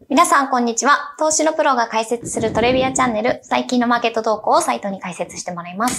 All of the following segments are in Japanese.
皆さん、こんにちは。投資のプロが解説するトレビアチャンネル、最近のマーケット動向をサイトに解説してもらいます。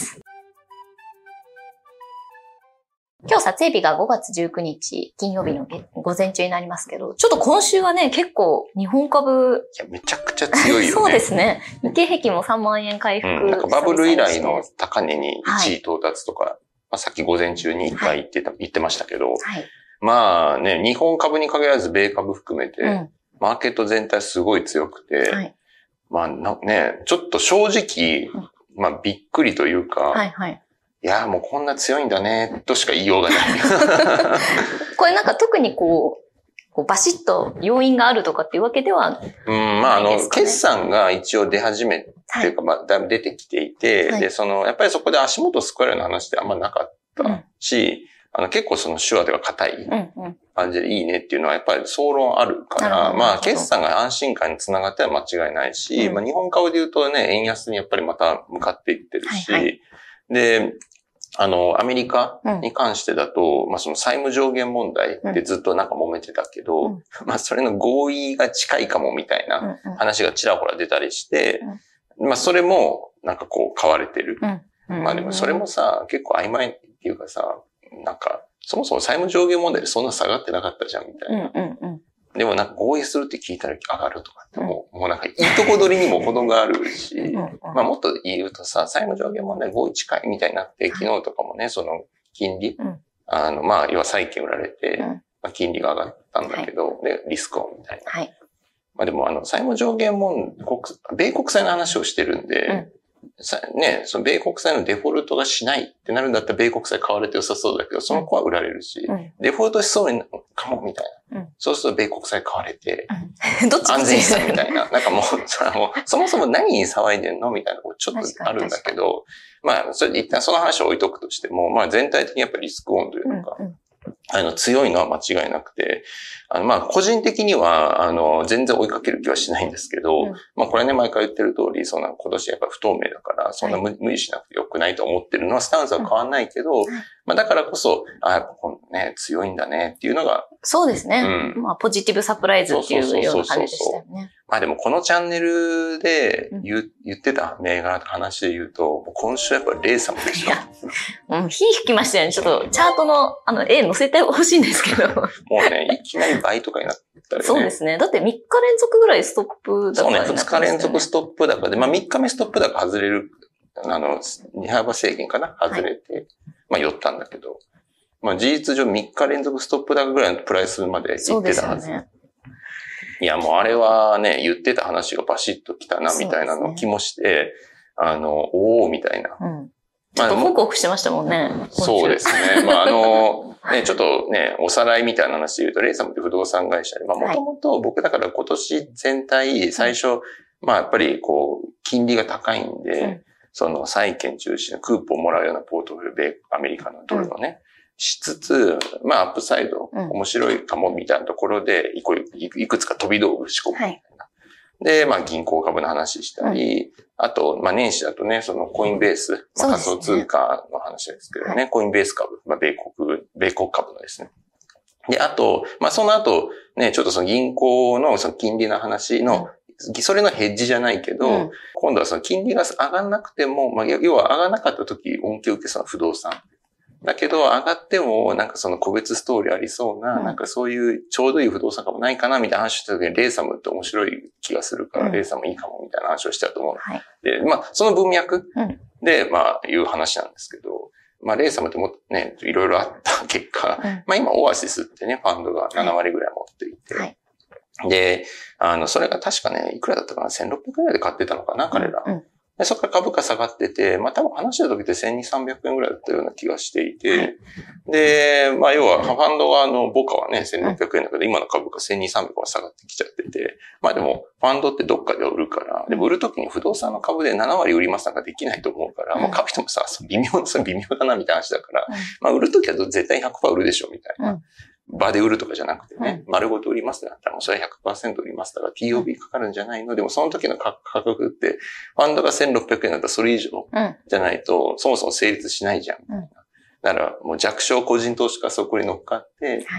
今日撮影日が5月19日、金曜日の午前中になりますけど、ちょっと今週はね、結構日本株。 いや、めちゃくちゃ強いよね。 そうですね。日経平均も3万円回復、 なんかバブル以来の高値に1位到達とか、さっき午前中に1回言ってましたけど、まあね、日本株に限らず米株含めて、マーケット全体すごい強くて、まあね、ちょっと正直、まあびっくりというか、いや、もうこんな強いんだね、としか言いようがない。 これなんか特にこうバシッと要因があるとかっていうわけではないですかね。 まあ決算が一応出始めっていうか、まあだいぶ出てきていて、で、やっぱりそこで足元をすくわれるような話ってあんまなかったし、結構その手話では硬い感じでいいねっていうのはやっぱり総論あるから、まあ決算が安心感につながっては間違いないし、まあ日本株で言うとね、円安にやっぱりまた向かっていってるし、で、アメリカに関してだと、まあその債務上限問題ってずっとなんか揉めてたけど、まあそれの合意が近いかもみたいな話がちらほら出たりして、まあそれもなんかこう買われてる。まあでもそれもさ、結構曖昧っていうかさ、なんか、そもそも債務上限問題でそんな下がってなかったじゃん、みたいな。でもなんか合意するって聞いたら上がるとかってもうなんかいいとこ取りにも程があるし、まあもっと言うとさ、債務上限問題合意近いみたいになって、昨日とかもね、その金利、まあ要は債券売られて、まあ、金利が上がったんだけど、で、リスクオンみたいな。まあでも債務上限米国債の話をしてるんで、ね、その米国債のデフォルトがしないってなるんだったら米国債買われて良さそうだけど、その子は売られるし、デフォルトしそうにかもみたいな。そうすると米国債買われて、安全資産みたいな。なんかもう、それはもう、そもそも何に騒いでんのみたいなことちょっとあるんだけど、まあ、それで一旦その話を置いとくとしても、まあ全体的にやっぱりリスクオンというのか、強いのは間違いなくて、まあ、個人的には、全然追いかける気はしないんですけど、まあ、これね、毎回言ってる通り、そんな今年やっぱ不透明だから、そんな無理しなくてよくないと思ってるのは、スタンスは変わんないけど、まあ、だからこそ、やっぱね、強いんだねっていうのが。 そうですね。まあ、ポジティブサプライズっていうような感じでしたよね。 まあでもこのチャンネルで言ってた銘柄の話で言うと、今週やっぱレイサムでしょ。 火引きましたよね。ちょっとチャートの絵載せてほしいんですけど。 もうね、いきなり倍とかになったよね。 そうですね。だって3日連続ぐらいストップ高になってましたよね。 そうね、2日連続ストップ高で、まあ3日目ストップ高外れる、2幅制限かな外れて、まあ寄ったんだけど、まあ事実上3日連続ストップ高ぐらいのプライスまで行ってたはず。そうですよね。いや、もうあれはね、言ってた話がバシッときたな、みたいなの気もして、おー、みたいな。 ちょっとホクホクしてましたもんね。 そうですね。まあね、ちょっとね、おさらいみたいな話で言うと、レイサムって不動産会社で、まあもともと僕だから今年全体、最初、まあやっぱりこう、金利が高いんで、その債券中心のクーポンをもらうようなポートフォリオ、アメリカのドルのね、しつつ、まあアップサイド、面白いかもみたいなところで、いくつか飛び道具仕込むみたいな。で、まあ銀行株の話したり、あと、まあ年始だとね、そのコインベース、まあ仮想通貨の話ですけどね、コインベース株、まあ米国株のですね。で、あと、まあその後、ね、ちょっとその銀行のその金利の話の、それのヘッジじゃないけど、今度はその金利が上がんなくても、まあ要は上がらなかった時、恩恵を受けそうな不動産。だけど、上がっても、なんかその個別ストーリーありそうな、なんかそういうちょうどいい不動産株ないかなみたいな話をした時に、レイサムって面白い気がするから、レイサムいいかもみたいな話をしたと思う。で、まあ、その文脈で、まあ、いう話なんですけど、まあ、レイサムってもね、いろいろあった結果、まあ今、オアシスってね、ファンドが7割ぐらい持っていて、で、それが確かね、いくらだったかな、1600円ぐらいで買ってたのかな、彼ら。で、そこから株価下がってて、まあ多分話した時って1200、300円ぐらいだったような気がしていて、で、まあ要は、ファンドはボカはね、1600円だけど、今の株価1200、300は下がってきちゃってて、まあでも、ファンドってどっかで売るから、でも売る時に不動産の株で7割売りますなんかできないと思うから、まあ買う人もさ、微妙だなみたいな話だから、まあ売る時は絶対 100% 売るでしょ、みたいな。場で売るとかじゃなくてね、丸ごと売りますってなったらもうそれは 100% 売りますだから TOB かかるんじゃないの。でもその時の価格って、ファンドが1600円だったらそれ以上じゃないと、そもそも成立しないじゃん。だからもう弱小個人投資家そこに乗っかって、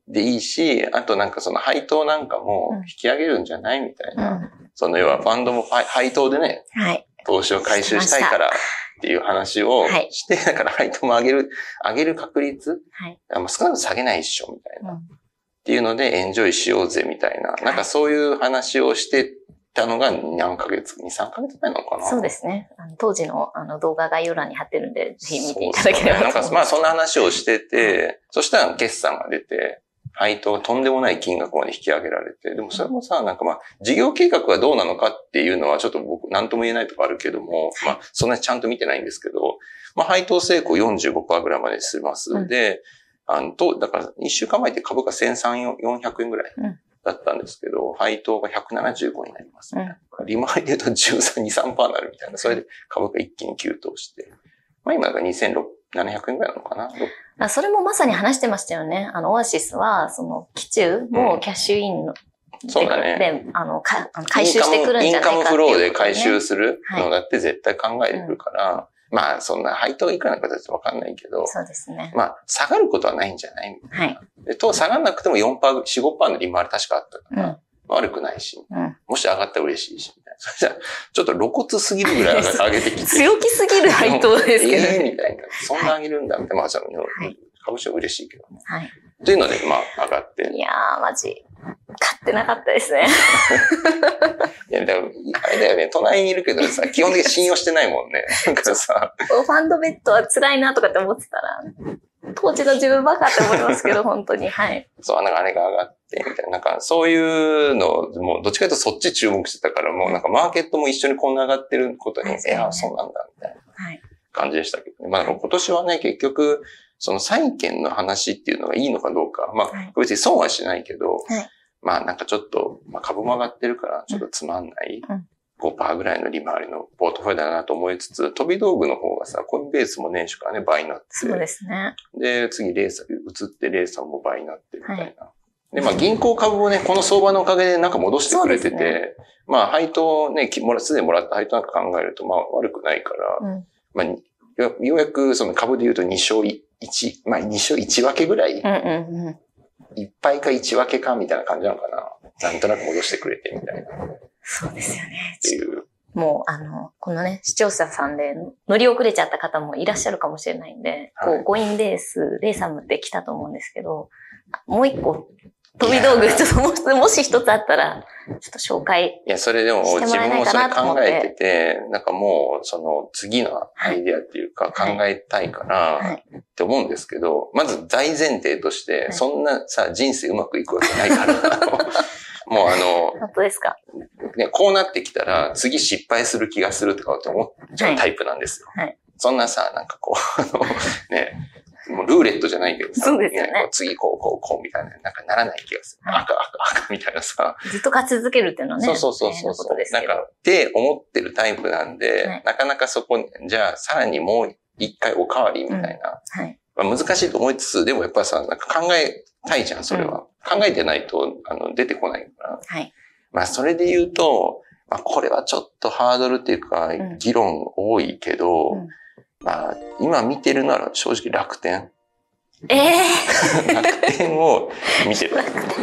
でいいし、あとなんかその配当なんかも引き上げるんじゃないみたいな。その要はファンドも配当でね、投資を回収したいからっていう話をして、だから配当も上げる確率、少なくとも下げないっしょみたいな。っていうのでエンジョイしようぜみたいな。なんかそういう話をしてたのが何ヶ月 ?2、3ヶ月前なのかな。 そうですね。当時の動画概要欄に貼ってるんで、ぜひ見ていただければと思います。 なんかまあそんな話をしてて、そしたら決算が出て、配当がとんでもない金額まで引き上げられて、でもそれもさ、なんかまあ、事業計画はどうなのかっていうのはちょっと僕、なんとも言えないとこあるけども、まあ、そんなにちゃんと見てないんですけど、まあ、配当成功 45% ぐらいまでします。で、だから1週間前って株価1300、400円ぐらいだったんですけど、配当が175になりますみたいな。利回りで言うと13、2、3% になるみたいな。それで株価一気に急騰して。まあ今が2700円ぐらいなのかな。 それもまさに話してましたよね。オアシスは、その、期中もキャッシュインの、 そうだね。 で、回収してくるんじゃないかっていう、ね。 インカムフローで回収するのだって絶対考えてくるから、まあ、そんな配当がいくらなのかちょっとわかんないけど。 そうですね。 まあ、下がることはないんじゃないみたいな。で、下がらなくても 4%、4、5% の利回り確かあったから、悪くないし、もし上がったら嬉しいし、みたいな。それじゃちょっと露骨すぎるぐらい上げてきて。 強気すぎる配当ですけど、 みたいな。そんな上げるんだ、みたいな。まあ、株式は嬉しいけどね。というので、まあ、上がって。 いやー、マジ。買ってなかったですね。 いや、だから、あれだよね、隣にいるけどさ、基本的に信用してないもんね。なんかさ。 ファンドベッドは辛いなとかって思ってたら、当時の自分ばかって思いますけど、本当に。 そう、なんかあれが上がって、みたいな。なんか、そういうの、もう、どっちかというとそっち注目してたから、もうなんかマーケットも一緒にこんな上がってることに、そうなんだ、みたいな感じでしたけどね。まあ、今年はね、結局、その債券の話っていうのがいいのかどうか。まあ、別に損はしないけど、まあなんかちょっと、まあ株も上がってるからちょっとつまんない、5% ぐらいの利回りのポートフォリオだなと思いつつ、飛び道具の方がさ、コインベースも年初からね、倍になって。 そうですね。 で、次レーサー、移ってレーサーも倍になってみたいな。で、まあ銀行株をね、この相場のおかげでなんか戻してくれてて、まあ配当ね、すでにもらった配当なんか考えると、まあ悪くないから、まあ、ようやくその株で言うと2勝1、まあ2勝1分けぐらい、1敗か1分けかみたいな感じなのかな。なんとなく戻してくれてみたいな。 そうですよね。 っていう。 もうこのね、視聴者さんで乗り遅れちゃった方もいらっしゃるかもしれないんで、こう、5インレーサムって来たと思うんですけど、もう一個、飛び道具、ちょっともし一つあったら、ちょっと紹介。 いや、それでも自分もそれ考えてて、なんかもう、その次のアイディアっていうか考えたいから、って思うんですけど、まず大前提として、そんなさ、人生うまくいくわけないから、もう本当ですか。 ね、こうなってきたら、次失敗する気がするとかって思っちゃうタイプなんですよ。そんなさ、なんかこう、ね、もうルーレットじゃないけどさ、 そうですよね。 次こうみたいな、なんかならない気がする。赤みたいなさ。 ずっと勝ち続けるっていうのはね。 そう。なんか、って思ってるタイプなんで、なかなかそこに、じゃあさらにもう一回おかわりみたいな。まあ、難しいと思いつつ、でもやっぱりさ、なんか考えたいじゃん、それは。考えてないと、出てこないから。まあ、それで言うと、まあ、これはちょっとハードルっていうか、議論多いけど、まあ、今見てるなら正直楽天。楽天を見てる。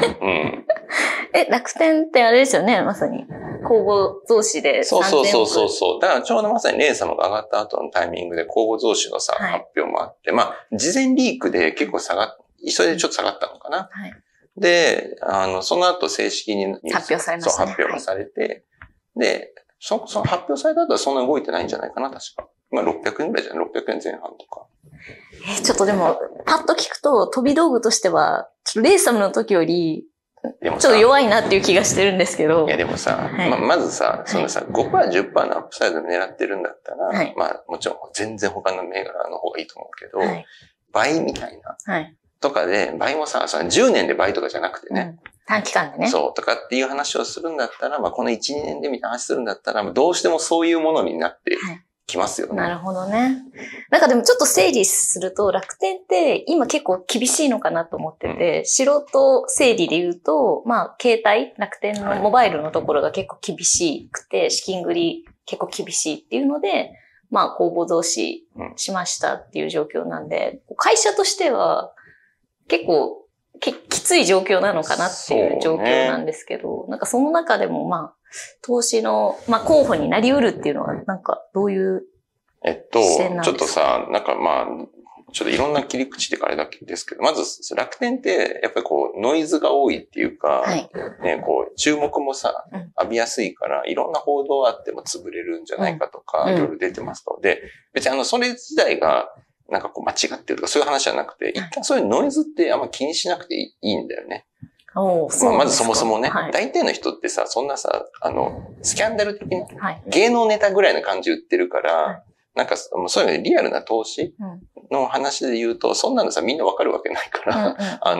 楽天ってあれですよね、まさに。公募増資で。 そう。だからちょうどまさにレイ様が上がった後のタイミングで公募増資のさ、発表もあって、まあ、事前リークで結構それでちょっと下がったのかな。で、その後正式に発表されましたね。 そう、発表がされて、で、その発表された後はそんな動いてないんじゃないかな、確か。まあ600円ぐらいじゃない ?600 円前半とか。 ちょっとでも、パッと聞くと飛び道具としては、レイサムの時より、ちょっと弱いなっていう気がしてるんですけど。 いやでもさ、まずさ、そのさ、5%、10% のアップサイド狙ってるんだったら、まあもちろん全然他の銘柄の方がいいと思うけど、倍みたいな。とかで、倍もさ、10年で倍とかじゃなくてね。 短期間でね。 そう、とかっていう話をするんだったら、まあこの1、2年でみたいな話するんだったら、どうしてもそういうものになってきますよね。 なるほどね。なんかでもちょっと整理すると、楽天って今結構厳しいのかなと思ってて、素人整理で言うと、まあ携帯、楽天のモバイルのところが結構厳しくて、資金繰り結構厳しいっていうので、まあ公募増資しましたっていう状況なんで、会社としては結構きつい状況なのかなっていう状況なんですけど、なんかその中でもまあ、投資の、まあ候補になり得るっていうのは、なんかどういう視点なんですか？ ちょっとさ、なんかまあ、ちょっといろんな切り口であれだけですけど、まず楽天ってやっぱりこうノイズが多いっていうか、ね、こう注目もさ、浴びやすいから、いろんな報道あっても潰れるんじゃないかとか、いろいろ出てますので、別にそれ自体がなんかこう間違ってるとかそういう話じゃなくて、一旦そういうノイズってあんま気にしなくていいんだよね。まずそもそもね、大体の人ってさ、そんなさ、スキャンダル的な、芸能ネタぐらいの感じ売ってるから、なんか、そういうのリアルな投資の話で言うと、そんなのさ、みんなわかるわけないから、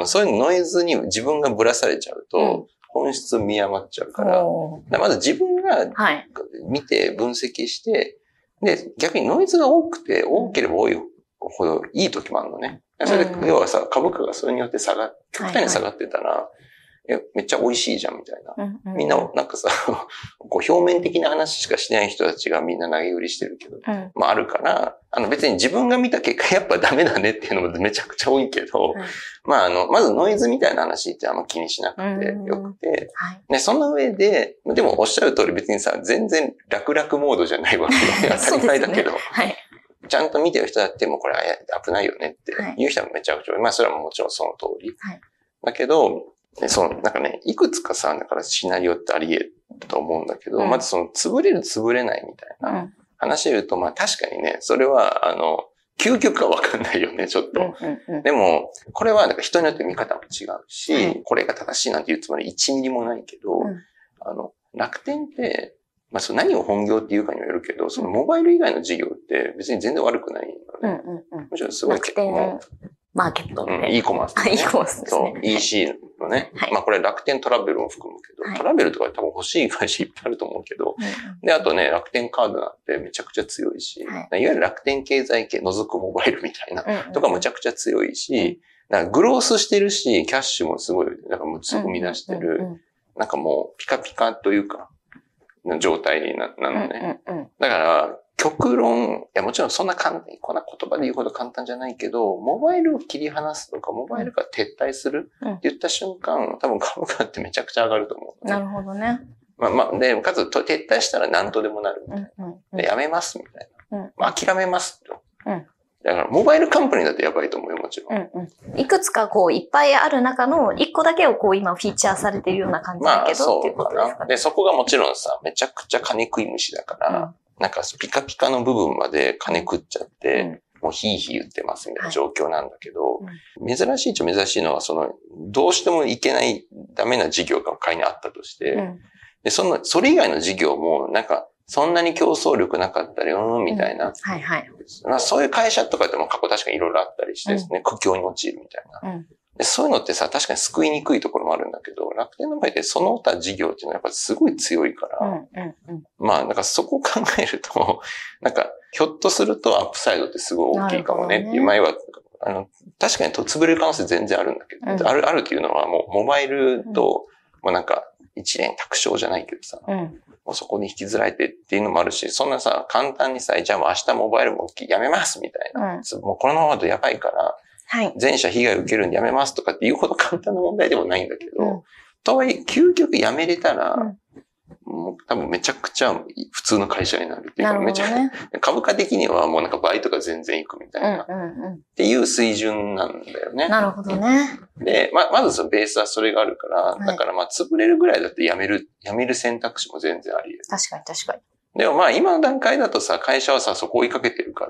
そういうノイズに自分がぶらされちゃうと、本質見余っちゃうから、まず自分が見て分析して、で、逆にノイズが多ければ多いほどいい時もあるのね。それで、要はさ、株価がそれによって極端に下がってたら、めっちゃ美味しいじゃんみたいな。みんな、なんかさ、こう表面的な話しかしない人たちがみんな投げ売りしてるけど、まああるから、別に自分が見た結果やっぱダメだねっていうのもめちゃくちゃ多いけど、まあまずノイズみたいな話ってあんま気にしなくてよくて、ね、その上で、でもおっしゃる通り別にさ、全然楽々モードじゃないわけで、当たり前だけど、ちゃんと見てる人だってもうこれ危ないよねっていう人はめちゃくちゃ多い。まあそれはもちろんその通り。だけど、なんかね、いくつかさ、だからシナリオってあり得ると思うんだけど、まず潰れる潰れないみたいな話で言うと、まあ確かにね、それは究極はわかんないよね、ちょっと。でも、これはなんか人によって見方も違うし、これが正しいなんて言うつもり1ミリもないけど、楽天って、まあ何を本業っていうかにもよるけど、そのモバイル以外の事業って別に全然悪くないのね。むしろすごい結構。 マーケットで。 e コマース、ね。 e コマースですね。 そう、EC のね。まあこれ楽天トラベルも含むけど、トラベルとか多分欲しい会社いっぱいあると思うけど、で、あとね、楽天カードなんてめちゃくちゃ強いし、いわゆる楽天経済系除くモバイルみたいな、とかむちゃくちゃ強いし、グロースしてるし、キャッシュもすごい、なんかもうすぐ生み出してる、なんかもうピカピカというか、の状態なのね。だから、極論、いやもちろんそんな簡単に、こんな言葉で言うほど簡単じゃないけど、モバイルを切り離すとか、モバイルから撤退するって言った瞬間、多分株価ってめちゃくちゃ上がると思う、 なるほどね。 まあ、で、かつ撤退したら何とでもなるみたいな。でやめますみたいな。まあ、諦めますと。だから、モバイルカンパニーだってやばいと思うよ、もちろん。 いくつかこう、いっぱいある中の一個だけをこう、今フィーチャーされているような感じだけど、っていうことですかね。 で、そこがもちろんさ、めちゃくちゃ金食い虫だから、なんかピカピカの部分まで金食っちゃって、もうヒーヒー言ってますみたいな状況なんだけど、珍しいっちゃ珍しいのは、どうしてもいけないダメな事業が仮にあったとして、で、それ以外の事業も、なんか、そんなに競争力なかったり、みたいな。まあ、そういう会社とかでも過去確かにいろいろあったりしてですね、苦境に陥るみたいな。でそういうのってさ、確かに救いにくいところもあるんだけど、楽天の場合でその他事業っていうのはやっぱすごい強いから、まあ、なんかそこを考えると、なんか、ひょっとするとアップサイドってすごい大きいかもねっていう前は、確かに潰れる可能性全然あるんだけど、あるっていうのはもうモバイルと、もうなんか一連卓勝じゃないけどさ、もうそこに引きずられてっていうのもあるし、そんなさ、簡単にさ、じゃあもう明日モバイルもやめますみたいな。もうこのままだとやばいから、全社被害を受けるんでやめますとかっていうほど簡単な問題でもないんだけど、とはいえ、究極やめれたら、もう多分めちゃくちゃ普通の会社になるっていうか、めちゃ株価的にはもうなんか倍とか全然いくみたいな、っていう水準なんだよね。 なるほどね。 で、まずそのベースはそれがあるから、だからまあ潰れるぐらいだってやめる選択肢も全然あり得る。 確かに確かに。 でもまあ今の段階だとさ、会社はさ、そこを追いかけてるから、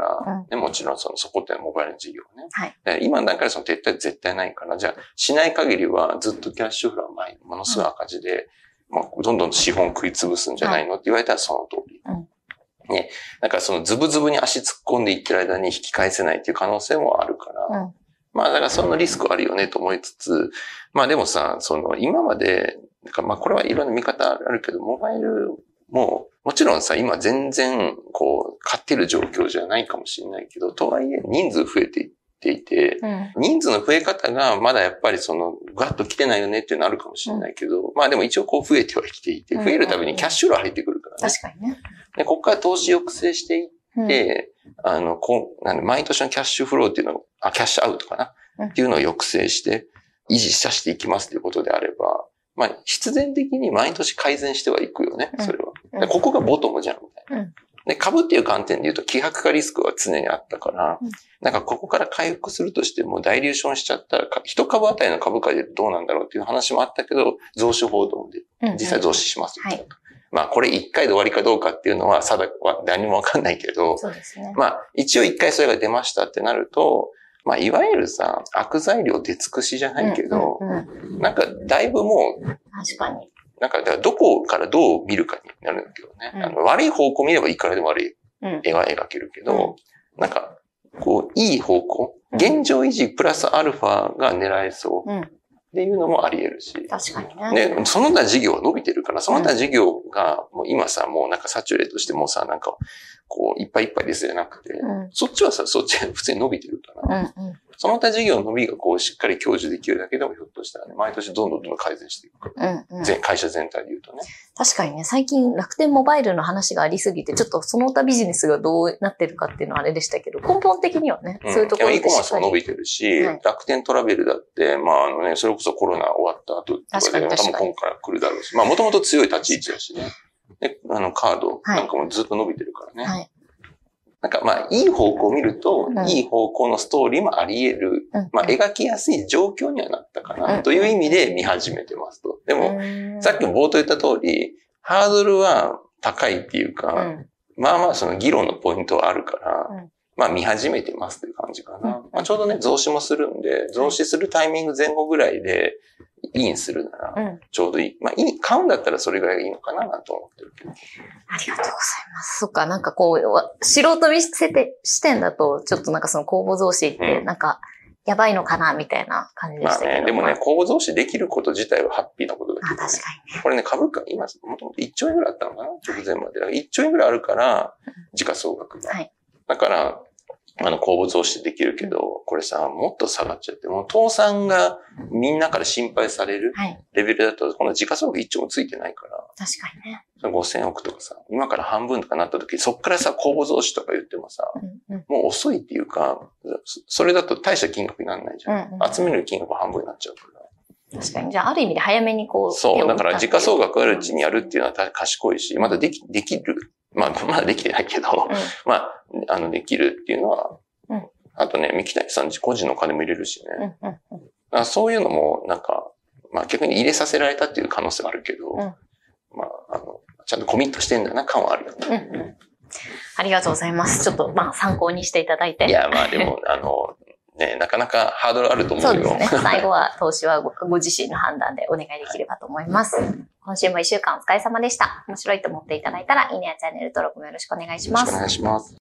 ね、もちろんそこってモバイルの事業ね。今の段階でその撤退絶対ないから、じゃあしない限りはずっとキャッシュフローは前にものすごい赤字で、まあ、どんどん資本食い潰すんじゃないのって言われたらその通り。ね。だからそのズブズブに足突っ込んでいってる間に引き返せないっていう可能性もあるから、まあだからそのリスクあるよねと思いつつ、まあでもさ、今まで、まあこれはいろんな見方あるけど、モバイルも、もちろんさ、今全然こう、勝ってる状況じゃないかもしれないけど、とはいえ人数増えていて、人数の増え方がまだやっぱりガッと来てないよねっていうのあるかもしれないけど、まあでも一応こう増えてはきていて、増えるたびにキャッシュフロー入ってくるからね。 確かにね。 で、ここから投資抑制していって、毎年のキャッシュフローっていうのを、キャッシュアウトかなっていうのを抑制して、 維持させていきますということであれば、まあ、必然的に毎年改善してはいくよね、それは。でここがボトムじゃん、みたいな。で、株っていう観点で言うと、希薄化リスクは常にあったから、なんかここから回復するとしても、ダイリューションしちゃったら、一株あたりの株価でどうなんだろうっていう話もあったけど、増資報道で、実際増資しますよ、まあ、これ一回で終わりかどうかっていうのは、何もわかんないけど、 そうですね。 まあ、一応一回それが出ましたってなると、まあ、いわゆるさ、悪材料出尽くしじゃないけど、なんか、だいぶもう、 確かに。 なんか、どこからどう見るかになるんだけどね。悪い方向見ればいくらでも悪い絵は描けるけど、なんか、こう、いい方向、現状維持プラスアルファが狙えそうっていうのもあり得るし。 確かにね。 で、その他事業は伸びてるから、その他事業が、もう今さ、もうなんかサチュレートしてもうさ、なんか、こう、いっぱいいっぱいですじゃなくて、そっちはさ、そっち普通に伸びてるから、その他事業の伸びがこう、しっかり享受できるだけでもひょっとしたらね、毎年どんどん改善していくから、会社全体で言うとね。 確かにね、最近楽天モバイルの話がありすぎて、ちょっとその他ビジネスがどうなってるかっていうのはあれでしたけど、根本的にはね、そういうところで eコマースも伸びてるし、楽天トラベルだって、まあそれこそコロナ終わった後とかで、多分今回来るだろうし、まあもともと強い立ち位置だしね。で、カードなんかもずっと伸びてるからね。なんかまあ、いい方向を見ると、いい方向のストーリーもあり得る。まあ、描きやすい状況にはなったかな、という意味で見始めてますと。でも、さっきも冒頭言った通り、ハードルは高いっていうか、まあまあその議論のポイントはあるから、まあ見始めてますという感じかな。まあちょうどね、増資もするんで、増資するタイミング前後ぐらいで、インするなら、ちょうどいい。まあ、買うんだったらそれぐらいがいいのかな、なんて思ってるけど。 ありがとうございます。そっか、なんかこう、素人視点だと、ちょっとなんかその公募増資って、なんか、やばいのかな、みたいな感じでしたけど。 まあね、でもね、公募増資できること自体はハッピーなことだけど、ね。 確かにね。 これね、株価、今、もともと1兆円ぐらいあったのかな、直前まで。1兆円ぐらいあるから、時価総額が。だから、公募増資できるけど、これさ、もっと下がっちゃって、もう倒産がみんなから心配されるレベルだと、この時価総額1兆もついてないから。 確かにね。 5000億とかさ、今から半分とかなった時、そっからさ、公募増資とか言ってもさ、もう遅いっていうか、それだと大した金額にならないじゃん。集める金額が半分になっちゃうから。 確かに。じゃあ、ある意味で早めにこう。 そう。だから、時価総額あるうちにやるっていうのは賢いし、まだできる。まあ、まだできてないけど、まあ、できるっていうのは、あとね、三木谷さん個人の金も入れるしね。そういうのも、なんか、まあ逆に入れさせられたっていう可能性はあるけど、まあ、ちゃんとコミットしてんだな感はあるよね。 ありがとうございます。ちょっと、まあ参考にしていただいて。 いや、まあでも、ね、なかなかハードルあると思うよ。 そうですね。最後は投資はご自身の判断でお願いできればと思います。今週も1週間お疲れ様でした。面白いと思っていただいたら、いいねやチャンネル登録もよろしくお願いします。 よろしくお願いします。